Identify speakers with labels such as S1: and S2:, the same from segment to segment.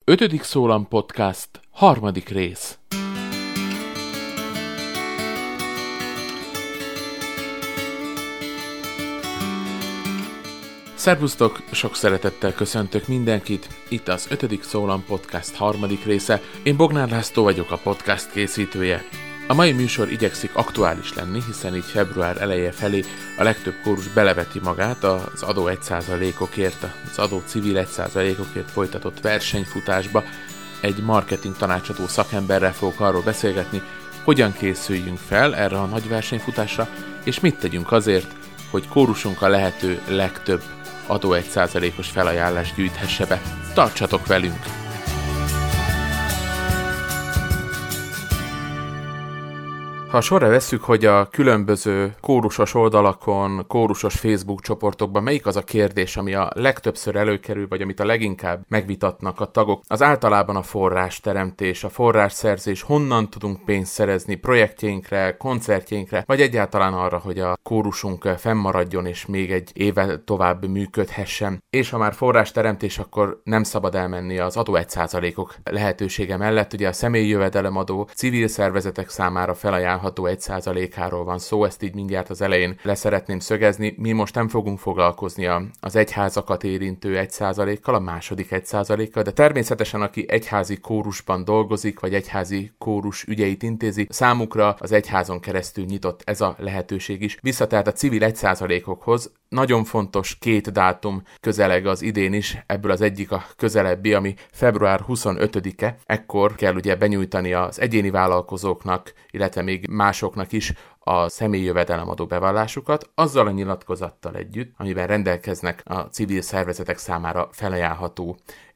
S1: 5. Szólam Podcast, 3. rész. Szervusztok, sok szeretettel köszöntök mindenkit, itt az 5. Szólam Podcast 3. része. Én Bognár László vagyok, a podcast készítője. A mai műsor igyekszik aktuális lenni, hiszen így február eleje felé a legtöbb kórus beleveti magát az adó 1%-okért, az adó civil 1%-okért folytatott versenyfutásba. Egy marketing tanácsadó szakemberrel fogok arról beszélgetni, hogyan készüljünk fel erre a nagy versenyfutásra, és mit tegyünk azért, hogy kórusunk a lehető legtöbb adó 1%-os felajánlást gyűjthesse be. Tartsatok velünk! Ha sorra vesszük, hogy a különböző kórusos oldalakon, kórusos Facebook csoportokban melyik az a kérdés, ami a legtöbbször előkerül, vagy amit a leginkább megvitatnak a tagok, az általában a forrásteremtés, a forrásszerzés, honnan tudunk pénzt szerezni projektjeinkre, koncertjeinkre, vagy egyáltalán arra, hogy a kórusunk fennmaradjon és még egy éve tovább működhessen. És ha már forrásteremtés, akkor nem szabad elmenni az adó 1%-ok lehetősége mellett. Ugye a személyi jövedelemadó civil szervezetek számára felajánlható 1%-áról van szó, ezt így mindjárt az elején leszeretném szögezni. Mi most nem fogunk foglalkozni az egyházakat érintő 1%-kal, a második 1%-kal, de természetesen aki egyházi kórusban dolgozik, vagy egyházi kórus ügyeit intézi, számukra az egyházon keresztül nyitott ez a lehetőség is. Visszatért a civil 1%-okhoz, nagyon fontos 2 dátum közeleg az idén is, ebből az egyik a közelebbi, ami február 25-e, ekkor kell ugye benyújtani az egyéni vállalkozóknak, illetve még másoknak is a személyi jövedelemadó bevallásukat, azzal a nyilatkozattal együtt, amiben rendelkeznek a civil szervezetek számára felajánlható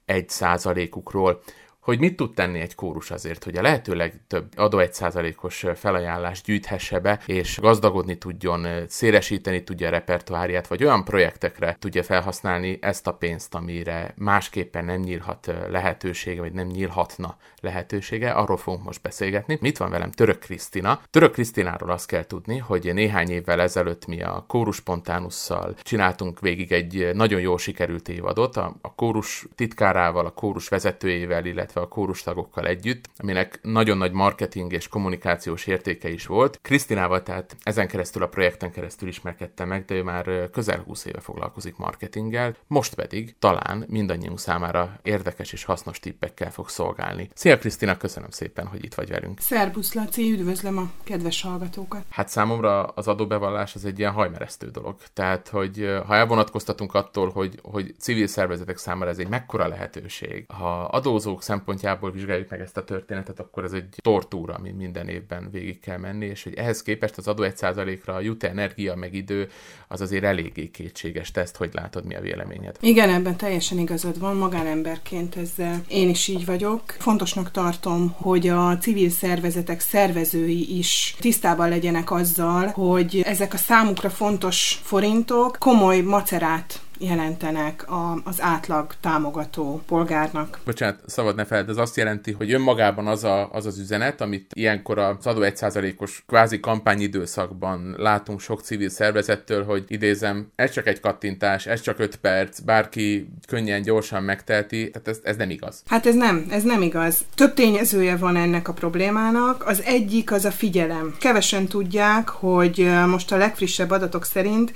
S1: 1%-ukról. Hogy mit tud tenni egy kórus azért, hogy a lehető legtöbb adó 1%-os felajánlást gyűjthesse be, és gazdagodni tudjon, szélesíteni tudja a repertoáriát, vagy olyan projektekre tudja felhasználni ezt a pénzt, amire másképpen nem nyílhat lehetősége, vagy nem nyílhatna lehetősége. Arról fogunk most beszélgetni. Mit van velem? Török Krisztina. Török Krisztináról azt kell tudni, hogy néhány évvel ezelőtt mi a Kórus Spontanusszal csináltunk végig egy nagyon jól sikerült évadot, a kórus titkárával, a kórus vezetőjével, illetve a kórustagokkal együtt, aminek nagyon nagy marketing és kommunikációs értéke is volt. Krisztinával tehát ezen keresztül, a projekten keresztül ismerkedtem meg, de ő már közel 20 éve foglalkozik marketinggel, most pedig talán mindannyiunk számára érdekes és hasznos tippekkel fog szolgálni. Szia Krisztina, köszönöm szépen, hogy itt vagy velünk.
S2: Szerbusz Laci, üdvözlöm a kedves hallgatókat.
S1: Hát számomra az adóbevallás az egy ilyen hajmeresztő dolog. Tehát, hogy ha elvonatkoztatunk attól, hogy civil szervezetek számára ez egy mekkora lehetőség, ha adózók szempontjából vizsgáljuk meg ezt a történetet, akkor ez egy tortúra, ami minden évben végig kell menni, és hogy ehhez képest az adó 1%-ra jut energia, meg idő, az azért eléggé kétséges. Te ezt hogy látod, mi a véleményed?
S2: Igen, ebben teljesen igazad van, magánemberként ezzel én is így vagyok. Fontosnak tartom, hogy a civil szervezetek szervezői is tisztában legyenek azzal, hogy ezek a számukra fontos forintok komoly macerát jelentenek az átlag támogató polgárnak.
S1: Bocsánat, szabad ne feled, ez azt jelenti, hogy önmagában az az üzenet, amit ilyenkor az adó 1%-os kvázi kampányidőszakban látunk sok civil szervezettől, hogy idézem, ez csak egy kattintás, ez csak 5 perc, bárki könnyen, gyorsan megteheti, tehát ez nem igaz.
S2: Hát ez nem igaz. Több tényezője van ennek a problémának. Az egyik az a figyelem. Kevesen tudják, hogy most a legfrissebb adatok szerint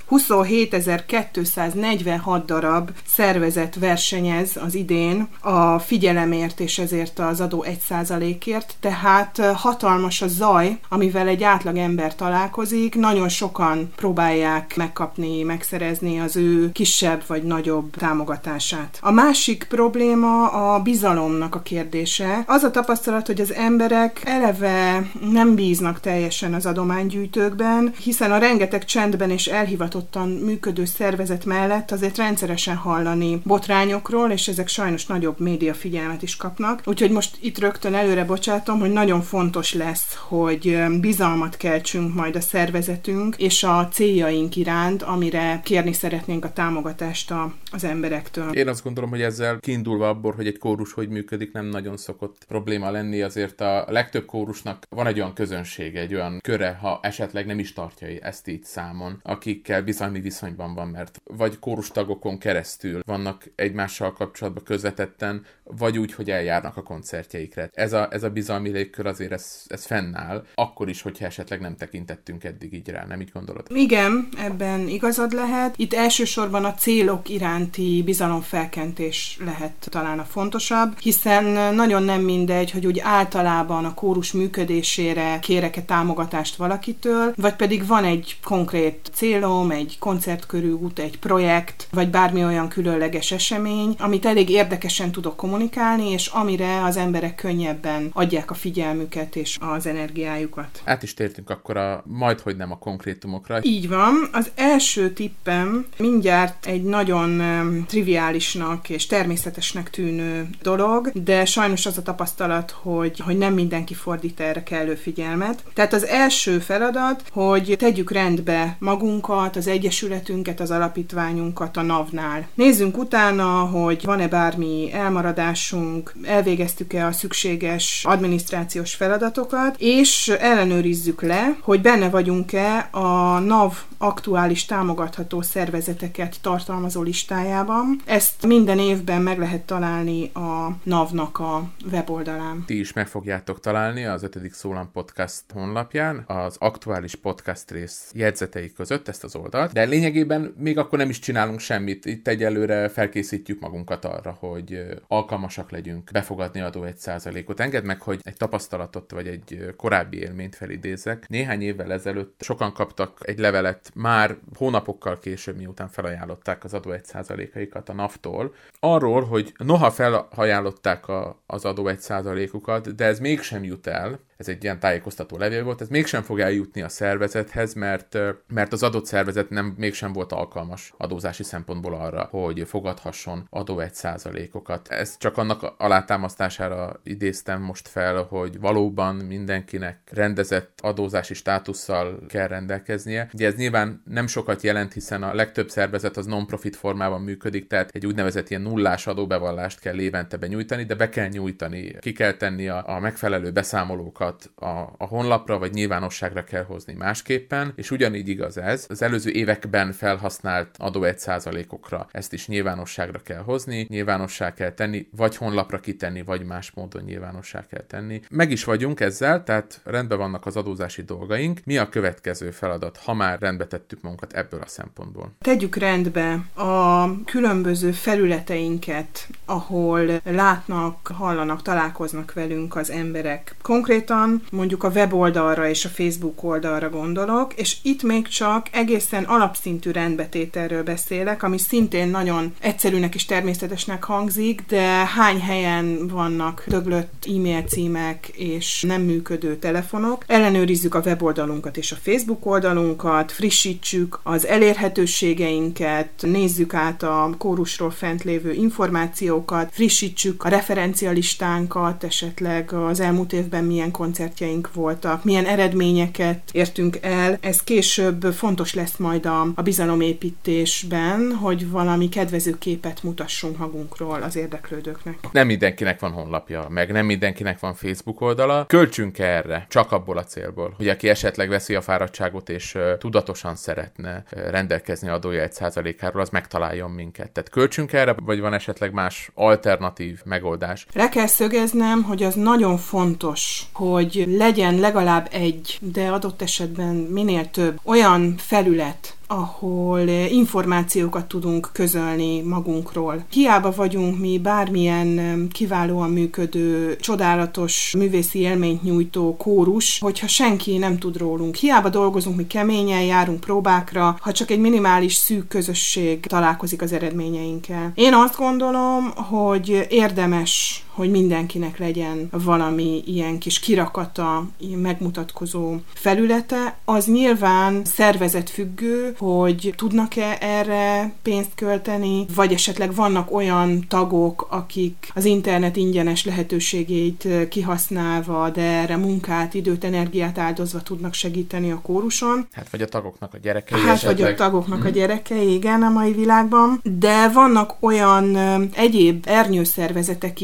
S2: 27.246 darab szervezet versenyez az idén a figyelemért és ezért az adó 1%-ért, tehát hatalmas a zaj, amivel egy átlag ember találkozik, nagyon sokan próbálják megkapni, megszerezni az ő kisebb vagy nagyobb támogatását. A másik probléma a bizalomnak a kérdése. Az a tapasztalat, hogy az emberek eleve nem bíznak teljesen az adománygyűjtőkben, hiszen a rengeteg csendben és elhivatottan működő szervezet mellett azért rendszeresen hallani botrányokról, és ezek sajnos nagyobb média figyelmet is kapnak. Úgyhogy most itt rögtön előre bocsátom, hogy nagyon fontos lesz, hogy bizalmat keltsünk majd a szervezetünk és a céljaink iránt, amire kérni szeretnénk a támogatást az emberektől.
S1: Én azt gondolom, hogy ezzel kiindulva abból, hogy egy kórus hogy működik, nem nagyon szokott probléma lenni, azért a legtöbb kórusnak van egy olyan közönsége, egy olyan köre, ha esetleg nem is tartja ezt így számon, akikkel bizalmi viszonyban van, mert vagy kórus kórustagokon keresztül vannak egymással kapcsolatban közvetetten, vagy úgy, hogy eljárnak a koncertjeikre. Ez a bizalmi légkör azért ez fennáll, akkor is, hogyha esetleg nem tekintettünk eddig így rá, nem így gondolod?
S2: Igen, ebben igazad lehet. Itt elsősorban a célok iránti bizalomfelkentés lehet talán a fontosabb, hiszen nagyon nem mindegy, hogy úgy általában a kórus működésére kérek-e támogatást valakitől, vagy pedig van egy konkrét célom, egy koncertkörút, egy projekt, vagy bármi olyan különleges esemény, amit elég érdekesen tudok kommunikálni, és amire az emberek könnyebben adják a figyelmüket és az energiájukat.
S1: Át is tértünk akkor majdhogy nem a konkrétumokra.
S2: Így van. Az első tippem mindjárt egy nagyon triviálisnak és természetesnek tűnő dolog, de sajnos az a tapasztalat, hogy nem mindenki fordít erre kellő figyelmet. Tehát az első feladat, hogy tegyük rendbe magunkat, az egyesületünket, az alapítványunkat a NAV-nál. Nézzünk utána, hogy van-e bármi elmaradásunk, elvégeztük-e a szükséges adminisztrációs feladatokat, és ellenőrizzük le, hogy benne vagyunk-e a NAV aktuális támogatható szervezeteket tartalmazó listájában. Ezt minden évben meg lehet találni a NAV-nak a weboldalán.
S1: Ti is meg fogjátok találni az 5. Szólam Podcast honlapján, az aktuális podcast rész jegyzetei között ezt az oldalt, de lényegében még akkor nem is csinálunk semmit. Itt egyelőre felkészítjük magunkat arra, hogy alkalmasak legyünk befogadni adó 1%-ot. Engedd meg, hogy egy tapasztalatot vagy egy korábbi élményt felidézzek. Néhány évvel ezelőtt sokan kaptak egy levelet már hónapokkal később, miután felajánlották az adó 1%-aikat a NAV-tól, arról, hogy noha felajánlották az adó 1%-ukat, de ez mégsem jut el, ez egy ilyen tájékoztató levél volt, ez mégsem fog eljutni a szervezethez, mert az adott szervezet mégsem volt alkalmas adózási szempontból arra, hogy fogadhasson adó 1%-okat. Ezt csak annak alátámasztására idéztem most fel, hogy valóban mindenkinek rendezett adózási státusszal kell rendelkeznie. Ugye ez nyilván nem sokat jelent, hiszen a legtöbb szervezet az non-profit formában működik, tehát egy úgynevezett ilyen nullás adóbevallást kell évente benyújtani, de be kell nyújtani, ki kell tenni a megfelelő beszámolókat a honlapra, vagy nyilvánosságra kell hozni másképpen, és ugyanígy igaz ez. Az előző években felhasznált adó 1%-okra ezt is nyilvánosságra kell hozni, nyilvánossá kell tenni, vagy honlapra kitenni, vagy más módon nyilvánossá kell tenni. Meg is vagyunk ezzel, tehát rendben vannak az adózási dolgaink. Mi a következő feladat, ha már rendbe tettük magunkat ebből a szempontból?
S2: Tegyük rendbe a különböző felületeinket, ahol látnak, hallanak, találkoznak velünk az emberek. Konkrétan mondjuk a weboldalra és a Facebook oldalra gondolok, és itt még csak egészen alapszintű rendbetételről beszélek, ami szintén nagyon egyszerűnek és természetesnek hangzik, de hány helyen vannak döglött e-mail címek és nem működő telefonok. Ellenőrizzük a weboldalunkat és a Facebook oldalunkat, frissítsük az elérhetőségeinket, nézzük át a kórusról fent lévő információkat, frissítsük a referencialistánkat, esetleg az elmúlt évben milyen koncertjeink voltak, milyen eredményeket értünk el. Ez később fontos lesz majd a bizalomépítésben, hogy valami kedvező képet mutassunk magunkról az érdeklődőknek.
S1: Nem mindenkinek van honlapja, meg nem mindenkinek van Facebook oldala. Költsünk erre, csak abból a célból, hogy aki esetleg veszi a fáradtságot és tudatosan szeretne rendelkezni adója 1%-áról, az megtaláljon minket. Tehát költsünk erre, vagy van esetleg más alternatív megoldás?
S2: Le kell szögeznem, hogy az nagyon fontos, hogy legyen legalább egy, de adott esetben minél több olyan felület, ahol információkat tudunk közölni magunkról. Hiába vagyunk mi bármilyen kiválóan működő, csodálatos művészi élményt nyújtó kórus, hogyha senki nem tud rólunk. Hiába dolgozunk mi keményen, járunk próbákra, ha csak egy minimális szűk közösség találkozik az eredményeinkkel. Én azt gondolom, hogy érdemes, hogy mindenkinek legyen valami ilyen kis kirakata, ilyen megmutatkozó felülete. Az nyilván szervezetfüggő, hogy tudnak-e erre pénzt költeni, vagy esetleg vannak olyan tagok, akik az internet ingyenes lehetőségeit kihasználva, de erre munkát, időt, energiát áldozva tudnak segíteni a kóruson.
S1: Hát vagy a tagoknak a gyerekei
S2: Vagy a tagoknak a gyerekei, igen, a mai világban. De vannak olyan egyéb ernyőszervezetek is,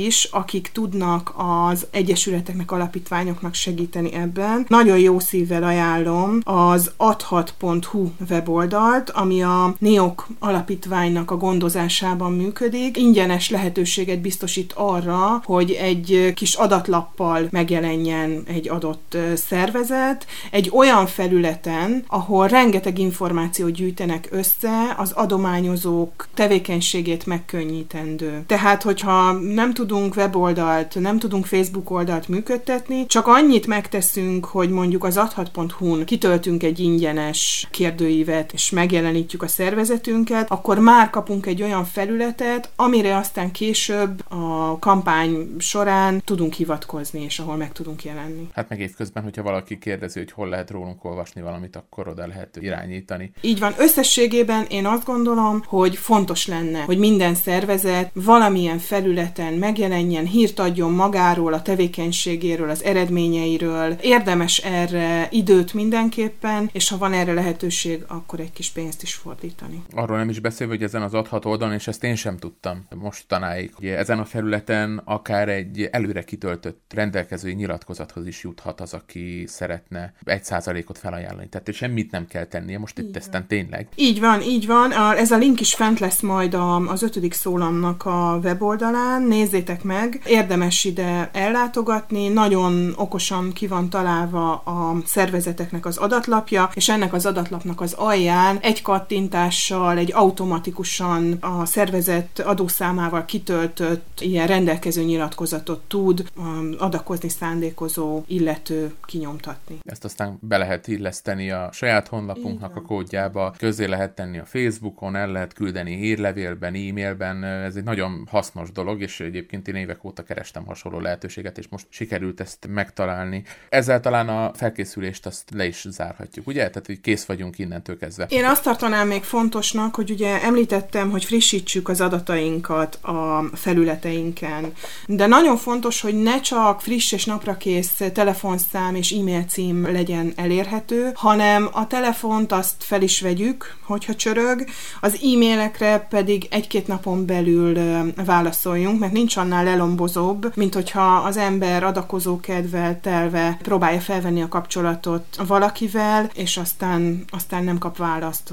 S2: akik tudnak az egyesületeknek, alapítványoknak segíteni ebben. Nagyon jó szívvel ajánlom az adhat.hu weboldalt, ami a NEOK alapítványnak a gondozásában működik. Ingyenes lehetőséget biztosít arra, hogy egy kis adatlappal megjelenjen egy adott szervezet, egy olyan felületen, ahol rengeteg információt gyűjtenek össze, az adományozók tevékenységét megkönnyítendő. Tehát, hogyha nem tudunk weboldalt, nem tudunk Facebook oldalt működtetni, csak annyit megteszünk, hogy mondjuk az adhat.hu-n kitöltünk egy ingyenes kérdőívet, és megjelenítjük a szervezetünket, akkor már kapunk egy olyan felületet, amire aztán később a kampány során tudunk hivatkozni, és ahol meg tudunk jelenni.
S1: Hát meg évközben, hogyha valaki kérdezi, hogy hol lehet rólunk olvasni valamit, akkor oda lehet irányítani.
S2: Így van. Összességében én azt gondolom, hogy fontos lenne, hogy minden szervezet valamilyen felületen megjelenjen, hírt adjon magáról, a tevékenységéről, az eredményeiről. Érdemes erre időt mindenképpen, és ha van erre lehetőség, akkor egy kis pénzt is fordítani.
S1: Arról nem is beszélve, hogy ezen az adhat oldalon, és ezt én sem tudtam mostanáig, hogy ezen a felületen akár egy előre kitöltött rendelkezői nyilatkozathoz is juthat az, aki szeretne 1%-ot felajánlani. Tehát semmit nem kell tennie, most itt teszten tényleg.
S2: Így van. Ez a link is fent lesz majd az 5. szólamnak a weboldalán. Nézzétek meg, érdemes ide ellátogatni, nagyon okosan ki van találva a szervezeteknek az adatlapja, és ennek az adatlapnak az alján egy kattintással, egy automatikusan a szervezet adószámával kitöltött ilyen rendelkező nyilatkozatot tud adakozni szándékozó illető kinyomtatni.
S1: Ezt aztán be lehet illeszteni a saját honlapunknak a kódjába, közzé lehet tenni a Facebookon, el lehet küldeni hírlevélben, e-mailben, ez egy nagyon hasznos dolog, és egyébként én évek óta kerestem hasonló lehetőséget, és most sikerült ezt megtalálni. Ezzel talán a felkészülést azt le is zárhatjuk, ugye? Tehát, hogy kész vagyunk innentől kezdve.
S2: Én azt tartanám még fontosnak, hogy ugye említettem, hogy frissítsük az adatainkat a felületeinken, de nagyon fontos, hogy ne csak friss és naprakész telefonszám és e-mail cím legyen elérhető, hanem a telefont azt fel is vegyük, hogyha csörög, az e-mailekre pedig 1-2 napon belül válaszoljunk, mert nincs annál lelombozóbb, mint hogyha az ember adakozó kedvel telve próbálja felvenni a kapcsolatot valakivel, és aztán nem kap választ,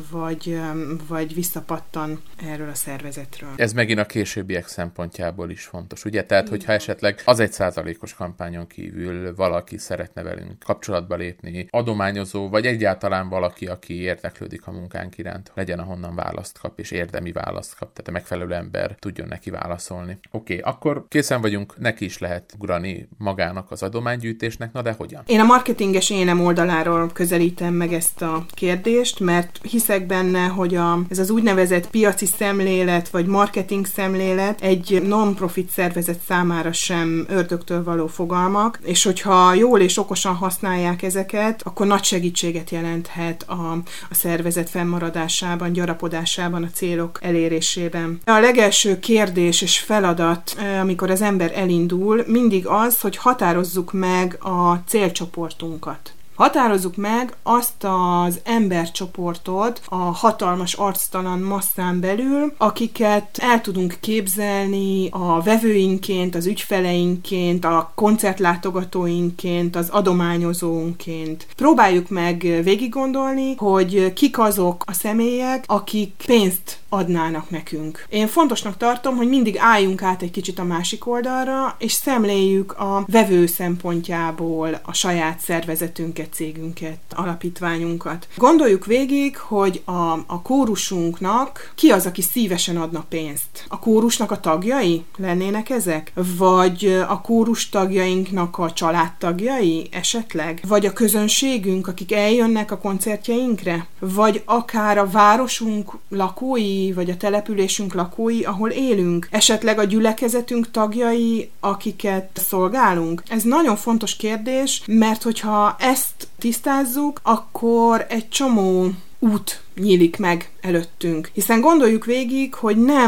S2: vagy visszapattan erről a szervezetről.
S1: Ez megint a későbbiek szempontjából is fontos, ugye? Tehát, hogyha esetleg az 1%-os kampányon kívül valaki szeretne velünk kapcsolatba lépni, adományozó, vagy egyáltalán valaki, aki érdeklődik a munkánk iránt, legyen ahonnan választ kap, és érdemi választ kap, tehát a megfelelő ember tudjon neki válaszolni. Oké, akkor készen vagyunk, neki is lehet ugrani magának az adománygyűjtésnek, na de hogyan?
S2: Én a marketinges énem oldaláról közelítem meg ezt a kérdést, mert hiszek benne, hogy ez az úgynevezett piaci szemlélet, vagy marketing szemlélet egy non-profit szervezet számára sem ördögtől való fogalmak, és hogyha jól és okosan használják ezeket, akkor nagy segítséget jelenthet a szervezet fennmaradásában, gyarapodásában, a célok elérésében. A legelső kérdés és feladat, amikor az ember elindul, mindig az, hogy határozzuk meg a célcsoportunkat. Határozzuk meg azt az embercsoportot a hatalmas arctalan masszán belül, akiket el tudunk képzelni a vevőinként, az ügyfeleinként, a koncertlátogatóinként, az adományozónként. Próbáljuk meg végiggondolni, hogy kik azok a személyek, akik pénzt adnának nekünk. Én fontosnak tartom, hogy mindig álljunk át egy kicsit a másik oldalra, és szemléljük a vevő szempontjából a saját szervezetünket, cégünket, alapítványunkat. Gondoljuk végig, hogy a kórusunknak ki az, aki szívesen adna pénzt? A kórusnak a tagjai lennének ezek? Vagy a kórus tagjainknak a családtagjai esetleg? Vagy a közönségünk, akik eljönnek a koncertjeinkre? Vagy akár a városunk lakói, vagy a településünk lakói, ahol élünk? Esetleg a gyülekezetünk tagjai, akiket szolgálunk? Ez nagyon fontos kérdés, mert hogyha ezt tisztázzuk, akkor egy csomó út nyílik meg előttünk. Hiszen gondoljuk végig, hogy nem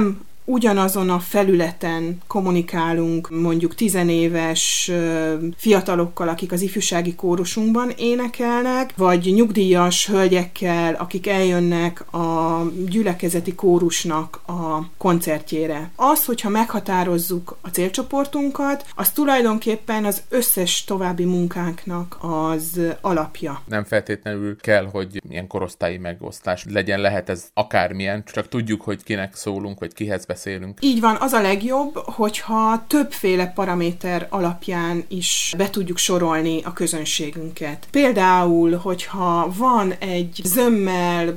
S2: ugyanazon a felületen kommunikálunk mondjuk 10 éves fiatalokkal, akik az ifjúsági kórusunkban énekelnek, vagy nyugdíjas hölgyekkel, akik eljönnek a gyülekezeti kórusnak a koncertjére. Az, hogyha meghatározzuk a célcsoportunkat, az tulajdonképpen az összes további munkánknak az alapja.
S1: Nem feltétlenül kell, hogy ilyen korosztályi megosztás legyen, lehet ez akármilyen, csak tudjuk, hogy kinek szólunk, vagy kihez beszélünk.
S2: Így van, az a legjobb, hogyha többféle paraméter alapján is be tudjuk sorolni a közönségünket. Például, hogyha van egy zömmel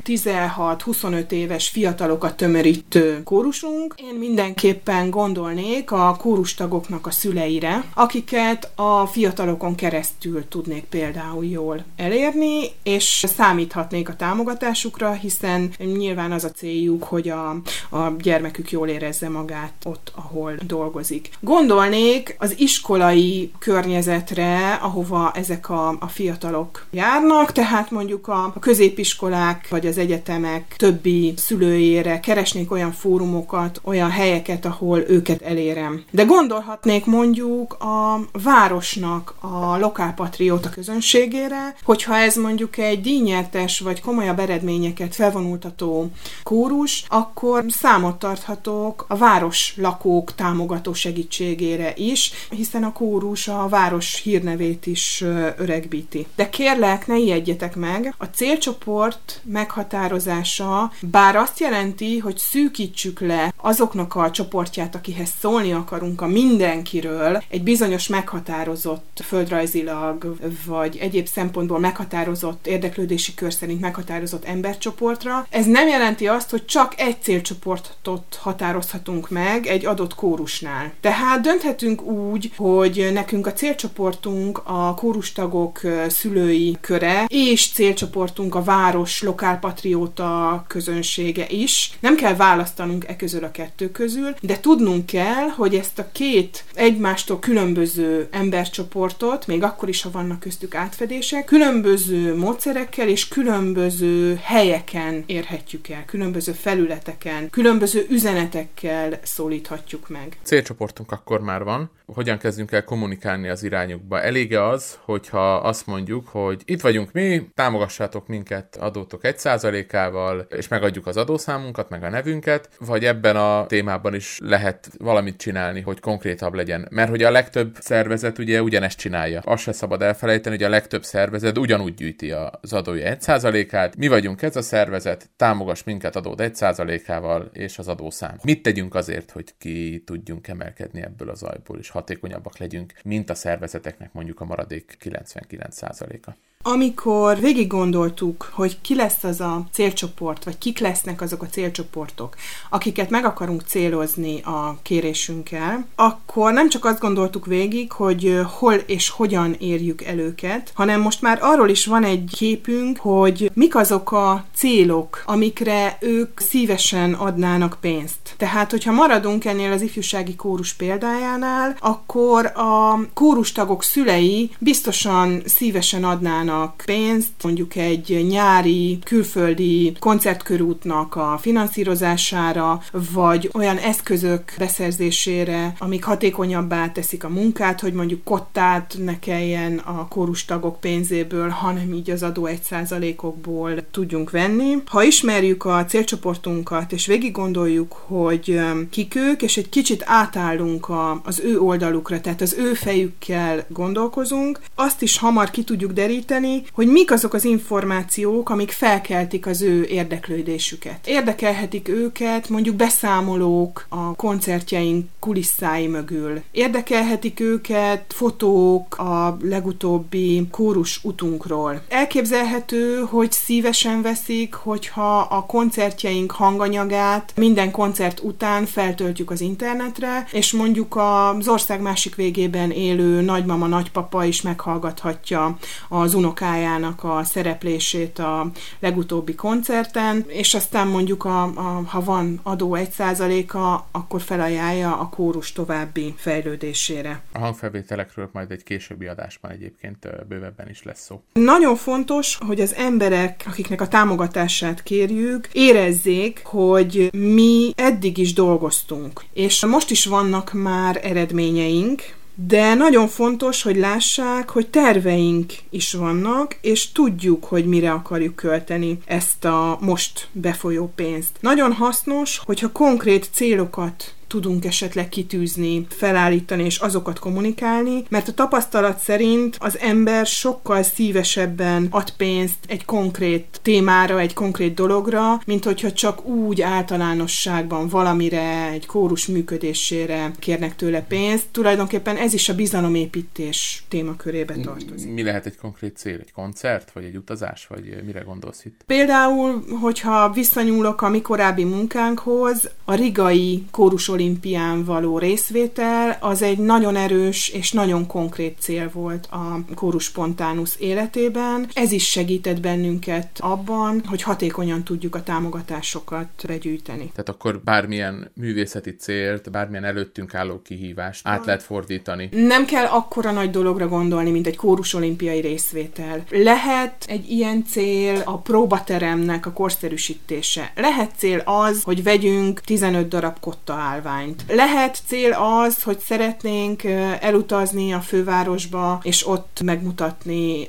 S2: 16-25 éves fiatalokat tömörítő kórusunk, én mindenképpen gondolnék a kórustagoknak a szüleire, akiket a fiatalokon keresztül tudnék például jól elérni, és számíthatnék a támogatásukra, hiszen nyilván az a céljuk, hogy a gyermekük jól érezze magát ott, ahol dolgozik. Gondolnék az iskolai környezetre, ahova ezek a fiatalok járnak, tehát mondjuk a középiskolák vagy az egyetemek többi szülőjére keresnék olyan fórumokat, olyan helyeket, ahol őket elérem. De gondolhatnék mondjuk a városnak a lokálpatrióta közönségére, hogyha ez mondjuk egy díjnyertes vagy komolyabb eredményeket felvonultató kórus, akkor számot tarthatok a város lakók támogató segítségére is, hiszen a kórus a város hírnevét is öregbíti. De kérlek, ne ijedjetek meg, a célcsoport meghatározása bár azt jelenti, hogy szűkítsük le azoknak a csoportját, akihez szólni akarunk a mindenkiről, egy bizonyos meghatározott földrajzilag, vagy egyéb szempontból meghatározott érdeklődési kör szerint meghatározott embercsoportra. Ez nem jelenti azt, hogy csak egy célcsoportot határozhatunk meg egy adott kórusnál. Tehát dönthetünk úgy, hogy nekünk a célcsoportunk a kórustagok szülői köre, és célcsoportunk a város lokálpatrióta közönsége is. Nem kell választanunk közül a kettő közül, de tudnunk kell, hogy ezt a két egymástól különböző embercsoportot, még akkor is, ha vannak köztük átfedések, különböző módszerekkel és különböző helyeken érhetjük el, különböző felületeken, különböző üzenetekkel szólíthatjuk meg.
S1: Célcsoportunk akkor már van. Hogyan kezdjünk el kommunikálni az irányukba? Elég-e az, hogyha azt mondjuk, hogy itt vagyunk mi, támogassátok minket, adótok 1%-ával, és megadjuk az adószámunkat, meg a nevünket, vagy ebben a témában is lehet valamit csinálni, hogy konkrétabb legyen. Mert hogy a legtöbb szervezet ugye ugyanezt csinálja. Azt se szabad elfelejteni, hogy a legtöbb szervezet ugyanúgy gyűjti az adója 1%-át. Mi vagyunk ez a szervezet, támogass minket, adód 1%-ával, és az adószám. Mit tegyünk azért, hogy ki tudjunk emelkedni ebből a zajból, és hatékonyabbak legyünk, mint a szervezeteknek mondjuk a maradék 99%-a.
S2: Amikor végig gondoltuk, hogy ki lesz az a célcsoport, vagy kik lesznek azok a célcsoportok, akiket meg akarunk célozni a kérésünkkel, akkor nem csak azt gondoltuk végig, hogy hol és hogyan érjük el őket, hanem most már arról is van egy képünk, hogy mik azok a célok, amikre ők szívesen adnának pénzt. Tehát, hogyha maradunk ennél az ifjúsági kórus példájánál, akkor a kórustagok szülei biztosan szívesen adnának pénzt, mondjuk egy nyári, külföldi koncertkörútnak a finanszírozására, vagy olyan eszközök beszerzésére, amik hatékonyabbá teszik a munkát, hogy mondjuk kottát ne kelljen a kórustagok pénzéből, hanem így az adó 1%-okból tudjunk venni. Ha ismerjük a célcsoportunkat, és végig gondoljuk, hogy kik ők, és egy kicsit átállunk az ő oldalukra, tehát az ő fejükkel gondolkozunk, azt is hamar ki tudjuk deríteni, hogy mik azok az információk, amik felkeltik az ő érdeklődésüket. Érdekelhetik őket mondjuk beszámolók a koncertjeink kulisszái mögül. Érdekelhetik őket fotók a legutóbbi kórus utunkról. Elképzelhető, hogy szívesen veszik, hogyha a koncertjeink hanganyagát minden koncert után feltöltjük az internetre, és mondjuk az ország másik végében élő nagymama, nagypapa is meghallgathatja az unokájának a szereplését a legutóbbi koncerten, és aztán mondjuk, ha van adó 1%-a, akkor felajánlja a kórus további fejlődésére.
S1: A hangfelvételekről majd egy későbbi adásban egyébként bővebben is lesz szó.
S2: Nagyon fontos, hogy az emberek, akiknek a támogatását kérjük, érezzék, hogy mi eddig is dolgoztunk, és most is vannak már eredményeink, de nagyon fontos, hogy lássák, hogy terveink is vannak, és tudjuk, hogy mire akarjuk költeni ezt a most befolyó pénzt. Nagyon hasznos, hogyha konkrét célokat tudunk esetleg kitűzni, felállítani és azokat kommunikálni, mert a tapasztalat szerint az ember sokkal szívesebben ad pénzt egy konkrét témára, egy konkrét dologra, mint hogyha csak úgy általánosságban valamire, egy kórus működésére kérnek tőle pénzt. Tulajdonképpen ez is a bizalomépítés témakörébe tartozik.
S1: Mi lehet egy konkrét cél? Egy koncert, vagy egy utazás, vagy mire gondolsz itt?
S2: Például, hogyha visszanyúlok a mi korábbi munkánkhoz, a rigai kórus olimpián való részvétel az egy nagyon erős és nagyon konkrét cél volt a Chorus Spontanus életében. Ez is segített bennünket abban, hogy hatékonyan tudjuk a támogatásokat begyűjteni.
S1: Tehát akkor bármilyen művészeti célt, bármilyen előttünk álló kihívást át lehet fordítani.
S2: Nem kell akkora nagy dologra gondolni, mint egy kórus olimpiai részvétel. Lehet egy ilyen cél a próbateremnek a korszerűsítése. Lehet cél az, hogy vegyünk 15 darab kotta állványt. Lehet cél az, hogy szeretnénk elutazni a fővárosba, és ott megmutatni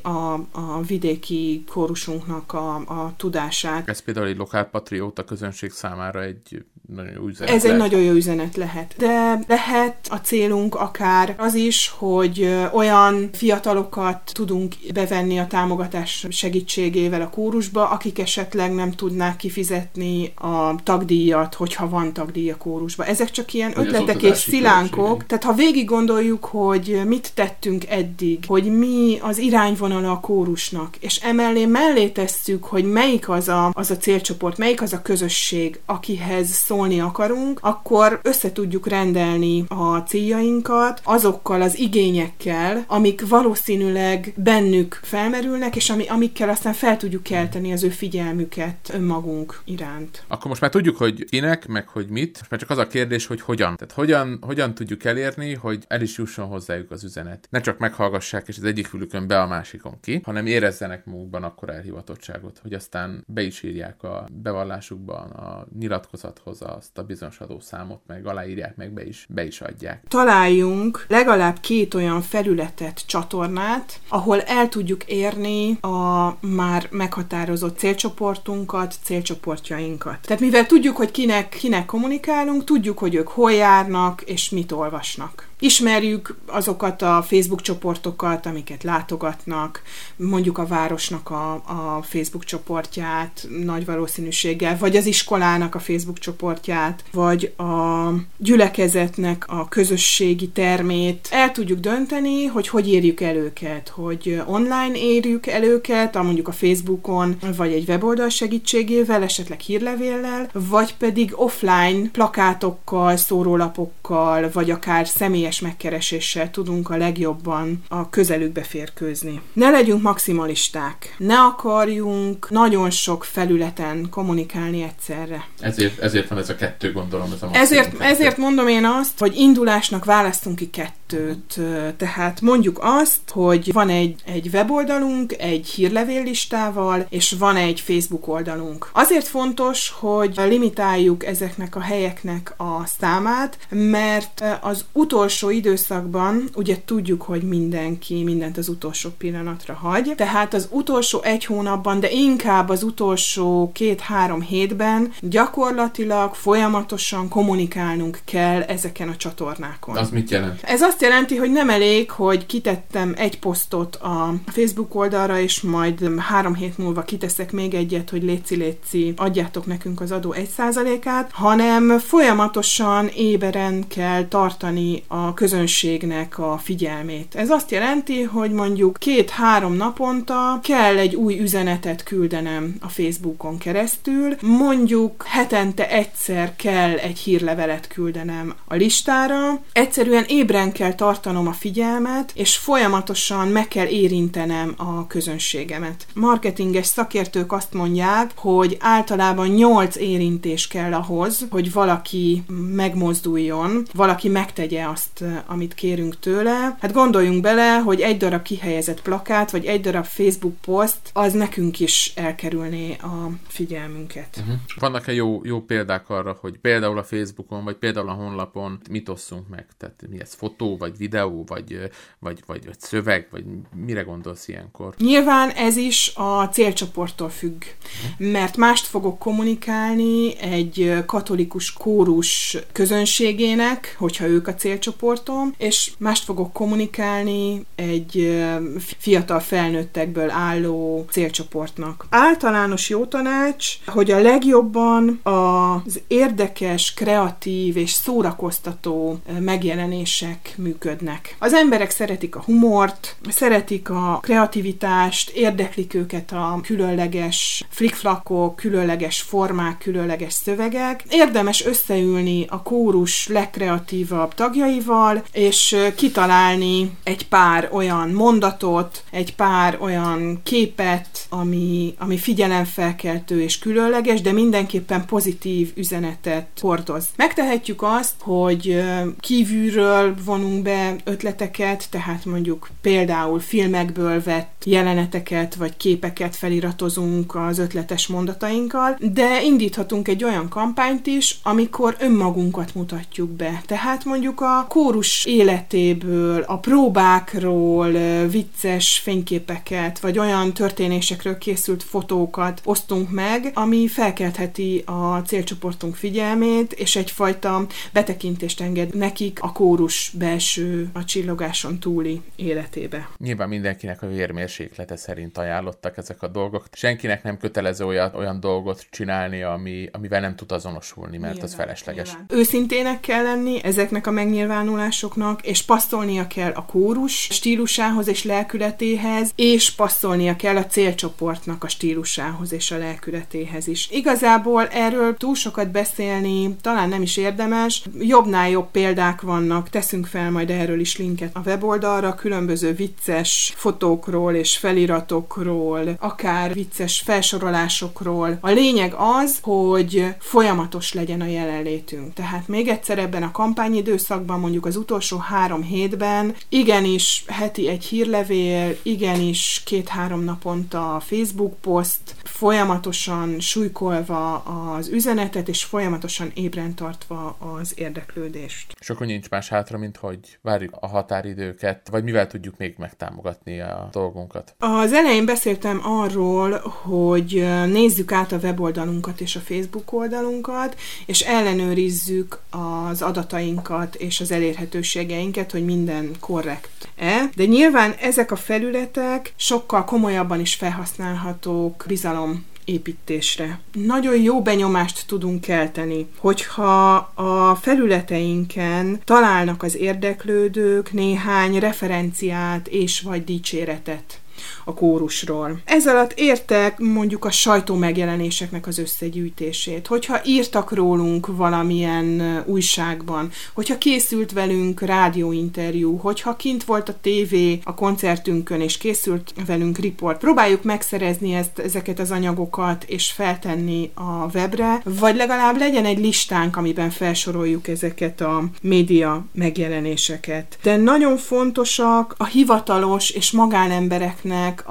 S2: a vidéki kórusunknak a tudását.
S1: Ez például egy lokálpatrióta közönség számára egy nagyon jó üzenet.
S2: Ez egy nagyon jó üzenet lehet. De lehet a célunk akár az is, hogy olyan fiatalokat tudunk bevenni a támogatás segítségével a kórusba, akik esetleg nem tudnák kifizetni a tagdíjat, hogyha van tagdíj a kórusba. Ezek csak ilyen ötletek és szilánkok. Tehát ha végig gondoljuk, hogy mit tettünk eddig, hogy mi az irányvonala a kórusnak, és mellé tesszük, hogy melyik az a célcsoport, melyik az a közösség, akihez szólni akarunk, akkor össze tudjuk rendelni a céljainkat azokkal az igényekkel, amik valószínűleg bennük felmerülnek, és amikkel aztán fel tudjuk kelteni az ő figyelmüket önmagunk iránt.
S1: Akkor most már tudjuk, hogy kinek, meg hogy mit, mert csak az a kérdés, hogy hogyan. Tehát hogyan tudjuk elérni, hogy el is jusson hozzájuk az üzenet. Ne csak meghallgassák, és az egyik fülükön be, a másikon ki, hanem érezzenek magukban akkor elhivatottságot, hogy aztán be is írják a bevallásukban, a nyilatkozathoz azt a bizonyos adószámot, meg aláírják, meg be is adják.
S2: Találjunk legalább 2 olyan felületet, csatornát, ahol el tudjuk érni a már meghatározott célcsoportunkat, célcsoportjainkat. Tehát mivel tudjuk, hogy kinek kommunikálunk, tudjuk, hogy ők hol járnak, és mit olvasnak. Ismerjük azokat a Facebook csoportokat, amiket látogatnak, mondjuk a városnak a Facebook csoportját nagy valószínűséggel, vagy az iskolának a Facebook csoportját, vagy a gyülekezetnek a közösségi termét. El tudjuk dönteni, hogy érjük el őket, hogy online érjük el őket, mondjuk a Facebookon, vagy egy weboldal segítségével, esetleg hírlevéllel, vagy pedig offline plakátokkal, szórólapokkal, vagy akár személyes megkereséssel tudunk a legjobban a közelükbe férkőzni. Ne legyünk maximalisták, ne akarjunk nagyon sok felületen kommunikálni egyszerre.
S1: Ezért van ez a 2, gondolom.
S2: Ezért mondom én azt, hogy indulásnak választunk ki 2-t. Tehát mondjuk azt, hogy van egy weboldalunk, egy hírlevéllistával, és van egy Facebook oldalunk. Azért fontos, hogy limitáljuk ezeknek a helyeknek a számát, mert az utolsó időszakban ugye tudjuk, hogy mindenki mindent az utolsó pillanatra hagy, tehát az utolsó 1 hónapban, de inkább az utolsó 2-3 hétben gyakorlatilag folyamatosan kommunikálnunk kell ezeken a csatornákon.
S1: Az mit jelent?
S2: Ez azt jelenti, hogy nem elég, hogy kitettem egy posztot a Facebook oldalra, és majd 3 hét múlva kiteszek még egyet, hogy léci, adjátok nekünk az adó 1%-át, hanem folyamatosan éberen kell tartani a a közönségnek a figyelmét. Ez azt jelenti, hogy mondjuk 2-3 naponta kell egy új üzenetet küldenem a Facebookon keresztül, mondjuk hetente egyszer kell egy hírlevelet küldenem a listára, egyszerűen ébren kell tartanom a figyelmet, és folyamatosan meg kell érintenem a közönségemet. Marketinges szakértők azt mondják, hogy általában 8 érintés kell ahhoz, hogy valaki megmozduljon, valaki megtegye azt, amit kérünk tőle. Hát gondoljunk bele, hogy egy darab kihelyezett plakát, vagy egy darab Facebook poszt, az nekünk is elkerülné a figyelmünket.
S1: Vannak-e jó példák arra, hogy például a Facebookon, vagy például a honlapon mit osszunk meg? Tehát mi ez, fotó, vagy videó, vagy szöveg, vagy mire gondolsz ilyenkor?
S2: Nyilván ez is a célcsoporttól függ, mert mást fogok kommunikálni egy katolikus kórus közönségének, hogyha ők a célcsoportom, és mást fogok kommunikálni egy fiatal felnőttekből álló célcsoportnak. Általános jó tanács, hogy a legjobban az érdekes, kreatív és szórakoztató megjelenések működnek. Az emberek szeretik a humort, szeretik a kreativitást, érdeklik őket a különleges flikflakok, különleges formák, különleges szövegek. Érdemes összeülni a kórus legkreatívabb tagjaival, és kitalálni egy pár olyan mondatot, egy pár olyan képet, ami figyelemfelkeltő és különleges, de mindenképpen pozitív üzenetet hordoz. Megtehetjük azt, hogy kívülről vonunk be ötleteket, tehát mondjuk például filmekből vett jeleneteket vagy képeket feliratozunk az ötletes mondatainkkal, de indíthatunk egy olyan kampányt is, amikor önmagunkat mutatjuk be. Tehát mondjuk a kórus életéből, a próbákról vicces fényképeket, vagy olyan történésekről készült fotókat osztunk meg, ami felkeltheti a célcsoportunk figyelmét, és egyfajta betekintést enged nekik a kórus belső, a csillogáson túli életébe.
S1: Nyilván mindenkinek a vérmérséklete szerint ajánlottak ezek a dolgok. Senkinek nem kötelező olyan dolgot csinálni, amivel nem tud azonosulni, mert nyilván, az felesleges.
S2: Nyilván. Őszintének kell lenni ezeknek a megnyilvánulásoknak, és passzolnia kell a kórus stílusához és lelkületéhez, és passzolnia kell a célcsoportnak a stílusához és a lelkületéhez is. Igazából erről túl sokat beszélni talán nem is érdemes. Jobbnál jobb példák vannak, teszünk fel majd erről is linket a weboldalra, különböző vicces fotókról és feliratokról, akár vicces felsorolásokról. A lényeg az, hogy folyamatos legyen a jelenlétünk. Tehát még egyszer ebben a kampányidőszakban, mondjuk az utolsó 3 hétben, igenis heti egy hírlevél, igenis 2-3 naponta a Facebook poszt, folyamatosan súlykolva az üzenetet, és folyamatosan ébren tartva az érdeklődést.
S1: És akkor nincs más hátra, mint hogy várjuk a határidőket, vagy mivel tudjuk még megtámogatni a dolgunkat?
S2: Az elején beszéltem arról, hogy nézzük át a weboldalunkat és a Facebook oldalunkat, és ellenőrizzük az adatainkat és az elérhetőségeinket, hogy minden korrekt-e. De nyilván ezek a felületek sokkal komolyabban is felhasználhatók bizalomépítésre. Nagyon jó benyomást tudunk kelteni, hogyha a felületeinken találnak az érdeklődők néhány referenciát és vagy dicséretet a kórusról. Ez alatt értek mondjuk a sajtó megjelenéseknek az összegyűjtését, hogyha írtak rólunk valamilyen újságban, hogyha készült velünk rádióinterjú, hogyha kint volt a tévé a koncertünkön, és készült velünk riport. Próbáljuk megszerezni ezeket az anyagokat, és feltenni a webre, vagy legalább legyen egy listánk, amiben felsoroljuk ezeket a média megjelenéseket. De nagyon fontosak a hivatalos és magánembereknek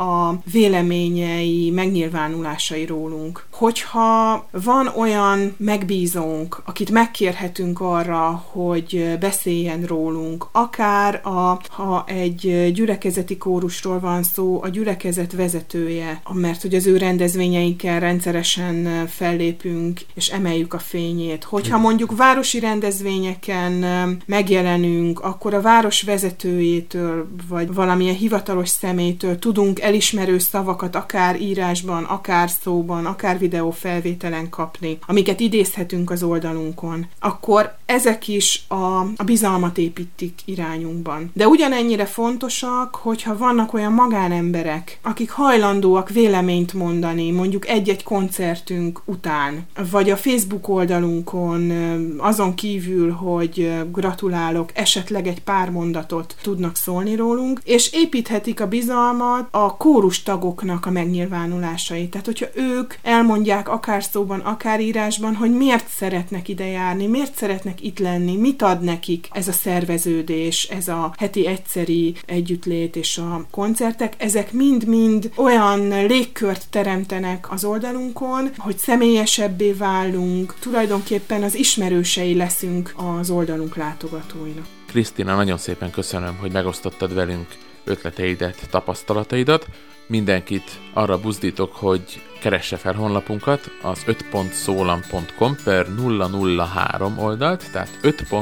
S2: a véleményei, megnyilvánulásai rólunk. Hogyha van olyan megbízónk, akit megkérhetünk arra, hogy beszéljen rólunk, akár ha egy gyülekezeti kórusról van szó, a gyülekezet vezetője, mert hogy az ő rendezvényeinkkel rendszeresen fellépünk, és emeljük a fényét. Hogyha mondjuk városi rendezvényeken megjelenünk, akkor a város vezetőjétől, vagy valamilyen hivatalos személytől tudunk elismerő szavakat, akár írásban, akár szóban, akár videó felvételen kapni, amiket idézhetünk az oldalunkon, akkor ezek is a bizalmat építik irányunkban. De ugyanennyire fontosak, hogyha vannak olyan magánemberek, akik hajlandóak véleményt mondani, mondjuk egy-egy koncertünk után, vagy a Facebook oldalunkon, azon kívül, hogy gratulálok, esetleg egy pár mondatot tudnak szólni rólunk, és építhetik a bizalmat a kórus tagoknak a megnyilvánulásait. Tehát, hogyha ők elmondják akár szóban, akár írásban, hogy miért szeretnek ide járni, miért szeretnek itt lenni, mit ad nekik ez a szerveződés, ez a heti egyszeri együttlét és a koncertek, ezek mind-mind olyan légkört teremtenek az oldalunkon, hogy személyesebbé válunk, tulajdonképpen az ismerősei leszünk az oldalunk látogatóinak.
S1: Krisztina, nagyon szépen köszönöm, hogy megosztottad velünk ötleteidet, tapasztalataidat. Mindenkit arra buzdítok, hogy keresse fel honlapunkat, az 5.szólam.com/003 oldalt, tehát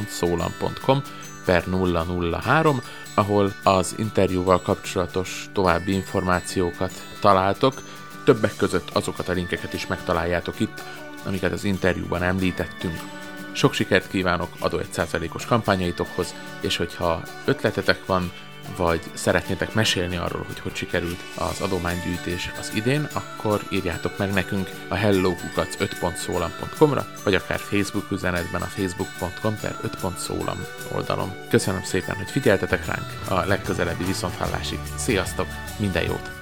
S1: 5.szólam.com/003, ahol az interjúval kapcsolatos további információkat találtok. Többek között azokat a linkeket is megtaláljátok itt, amiket az interjúban említettünk. Sok sikert kívánok adó 1%-os kampányaitokhoz, és hogyha ötletetek van, vagy szeretnétek mesélni arról, hogy sikerült az adománygyűjtés az idén, akkor írjátok meg nekünk a hello@5.szólam.com-ra, vagy akár Facebook üzenetben a facebook.com/5.szólam oldalon. Köszönöm szépen, hogy figyeltetek ránk, a legközelebbi viszonthallásig. Sziasztok, minden jót!